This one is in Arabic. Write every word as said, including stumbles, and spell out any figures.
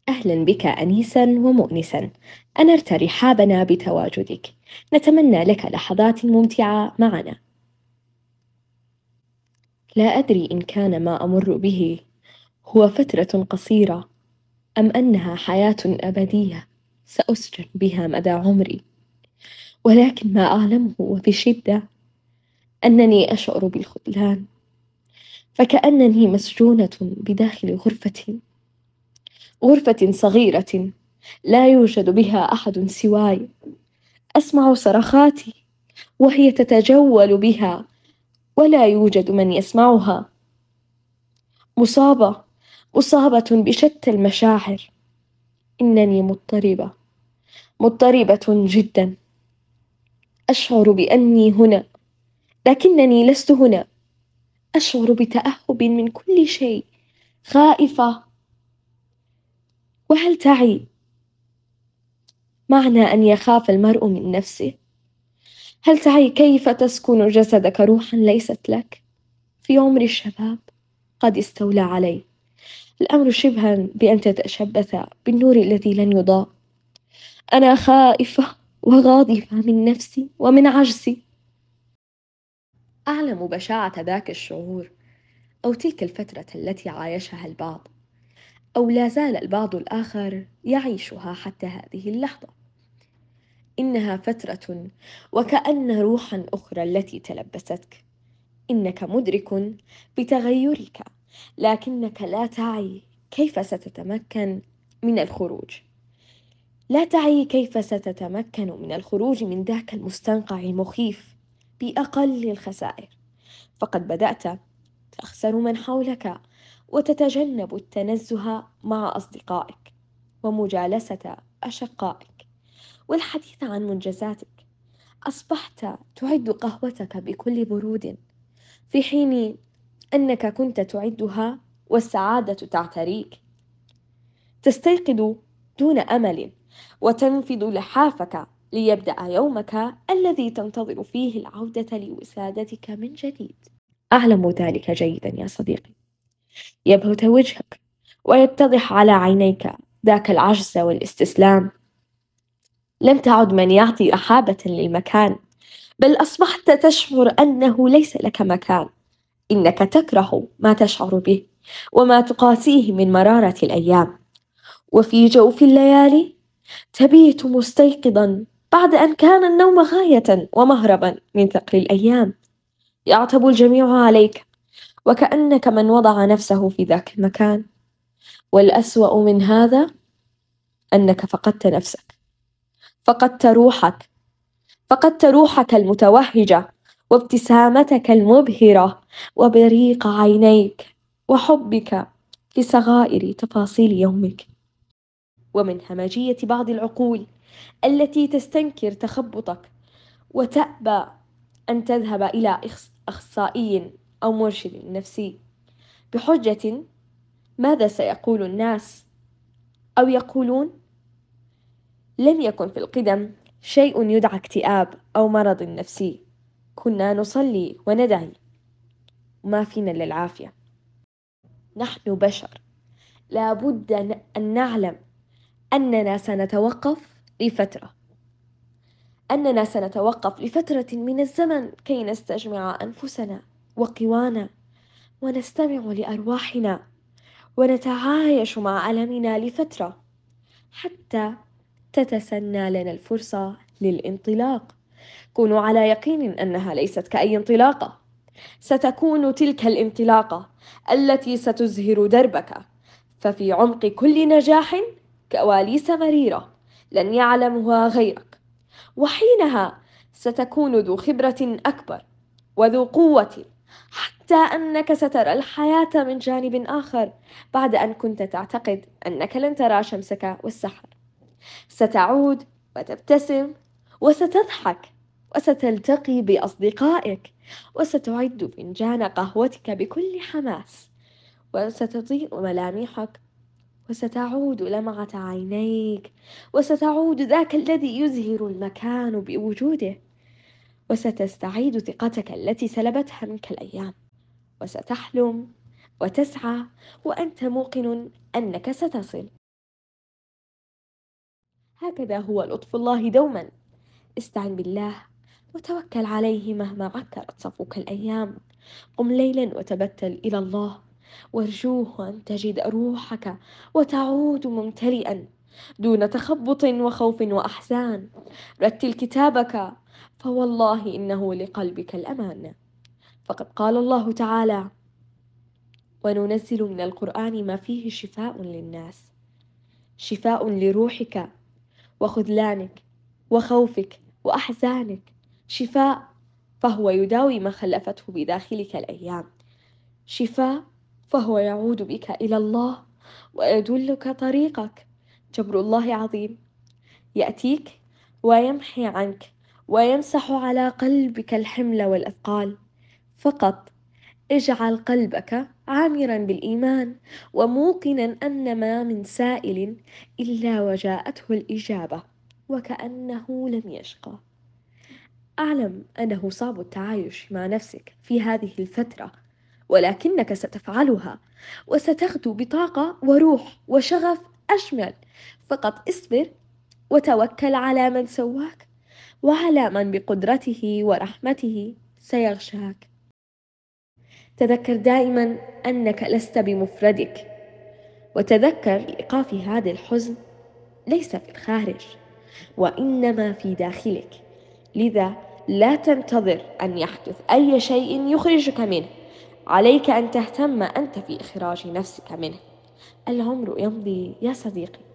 أهلا بك أنيسا ومؤنسا. أنرت رحابنا بتواجدك. نتمنى لك لحظات ممتعة معنا. لا أدري إن كان ما أمر به هو فترة قصيرة أم أنها حياة أبدية سأسجن بها مدى عمري، ولكن ما أعلمه وبشدة أنني أشعر بالخذلان، فكأنني مسجونة بداخل غرفة غرفة صغيرة لا يوجد بها أحد سواي. أسمع صرخاتي وهي تتجول بها ولا يوجد من يسمعها. مصابة مصابة بشتى المشاعر. إنني مضطربة مضطربة جدا. أشعر بأني هنا لكنني لست هنا. أشعر بتأهب من كل شيء. خائفة. وهل تعي معنى أن يخاف المرء من نفسه؟ هل تعي كيف تسكن جسدك روحا ليست لك؟ في عمر الشباب قد استولى علي الأمر شبها بأن تتشبث بالنور الذي لن يضاء. أنا خائفة وغاضبة من نفسي ومن عجزي. أعلم بشاعة ذاك الشعور، أو تلك الفترة التي عايشها البعض، أو لا زال البعض الآخر يعيشها حتى هذه اللحظة. إنها فترة وكأن روحا أخرى التي تلبستك. إنك مدرك بتغيرك، لكنك لا تعي كيف ستتمكن من الخروج. لا تعي كيف ستتمكن من الخروج من ذاك المستنقع المخيف بأقل الخسائر، فقد بدأت تخسر من حولك وتتجنب التنزه مع أصدقائك ومجالسة أشقائك والحديث عن منجزاتك. أصبحت تعد قهوتك بكل برود في حين أنك كنت تعدها والسعادة تعتريك. تستيقظ دون أمل وتنفض لحافك ليبدأ يومك الذي تنتظر فيه العودة لوسادتك من جديد. أعلم ذلك جيدا يا صديقي. يبهت وجهك ويتضح على عينيك ذاك العجز والاستسلام. لم تعد من يعطي رحابة للمكان، بل أصبحت تشعر أنه ليس لك مكان. إنك تكره ما تشعر به وما تقاسيه من مرارة الأيام. وفي جوف الليالي تبيت مستيقظا بعد أن كان النوم غاية ومهربا من ثقل الأيام. يعتب الجميع عليك وكأنك من وضع نفسه في ذاك المكان. والأسوأ من هذا أنك فقدت نفسك، فقدت روحك، فقدت روحك المتوهجة وابتسامتك المبهرة وبريق عينيك وحبك في صغائر تفاصيل يومك. ومن همجية بعض العقول التي تستنكر تخبطك وتأبى أن تذهب إلى أخصائي أو مرشد نفسي بحجة ماذا سيقول الناس، أو يقولون لم يكن في القدم شيء يدعى اكتئاب أو مرض نفسي، كنا نصلي وندعي وما فينا إلا العافية. نحن بشر، لا بد أن نعلم أننا سنتوقف لفترة أننا سنتوقف لفترة من الزمن كي نستجمع أنفسنا وقوانا ونستمع لأرواحنا ونتعايش مع ألمنا لفترة حتى تتسنى لنا الفرصة للانطلاق. كونوا على يقين أنها ليست كأي انطلاقة. ستكون تلك الانطلاقة التي ستزهر دربك، ففي عمق كل نجاح كواليس مريرة لن يعلمها غيرك. وحينها ستكون ذو خبرة أكبر وذو قوة، حتى أنك سترى الحياة من جانب آخر بعد أن كنت تعتقد أنك لن ترى شمسك والسحر. ستعود وتبتسم وستضحك وستلتقي بأصدقائك وستعد فنجان قهوتك بكل حماس وستضيء ملامحك وستعود لمعة عينيك وستعود ذاك الذي يزهر المكان بوجوده، وستستعيد ثقتك التي سلبتها منك الأيام، وستحلم وتسعى وأنت موقن أنك ستصل. هكذا هو لطف الله دوما. استعن بالله وتوكل عليه مهما عكرت صفوك الأيام. قم ليلا وتبتل إلى الله، وارجوه أن تجد روحك وتعود ممتلئا دون تخبط وخوف وأحزان. رتل كتابك، فوالله إنه لقلبك الأمان. فقد قال الله تعالى: وننزل من القرآن ما فيه شفاء للناس، شفاء لروحك وخذلانك وخوفك وأحزانك، شفاء فهو يداوي ما خلفته بداخلك الأيام، شفاء فهو يعود بك إلى الله ويدلك طريقك. جبر الله عظيم، يأتيك ويمحي عنك ويمسح على قلبك الحمل والأثقال. فقط اجعل قلبك عامرا بالإيمان وموقنا أن ما من سائل إلا وجاءته الإجابة وكأنه لم يشقى. أعلم أنه صعب التعايش مع نفسك في هذه الفترة، ولكنك ستفعلها وستغدو بطاقة وروح وشغف أجمل. فقط اصبر وتوكل على من سواك وعلى من بقدرته ورحمته سيغشاك. تذكر دائما أنك لست بمفردك، وتذكر إيقاف هذا الحزن ليس في الخارج وإنما في داخلك. لذا لا تنتظر أن يحدث أي شيء يخرجك منه، عليك أن تهتم أنت في إخراج نفسك منه. العمر يمضي يا صديقي،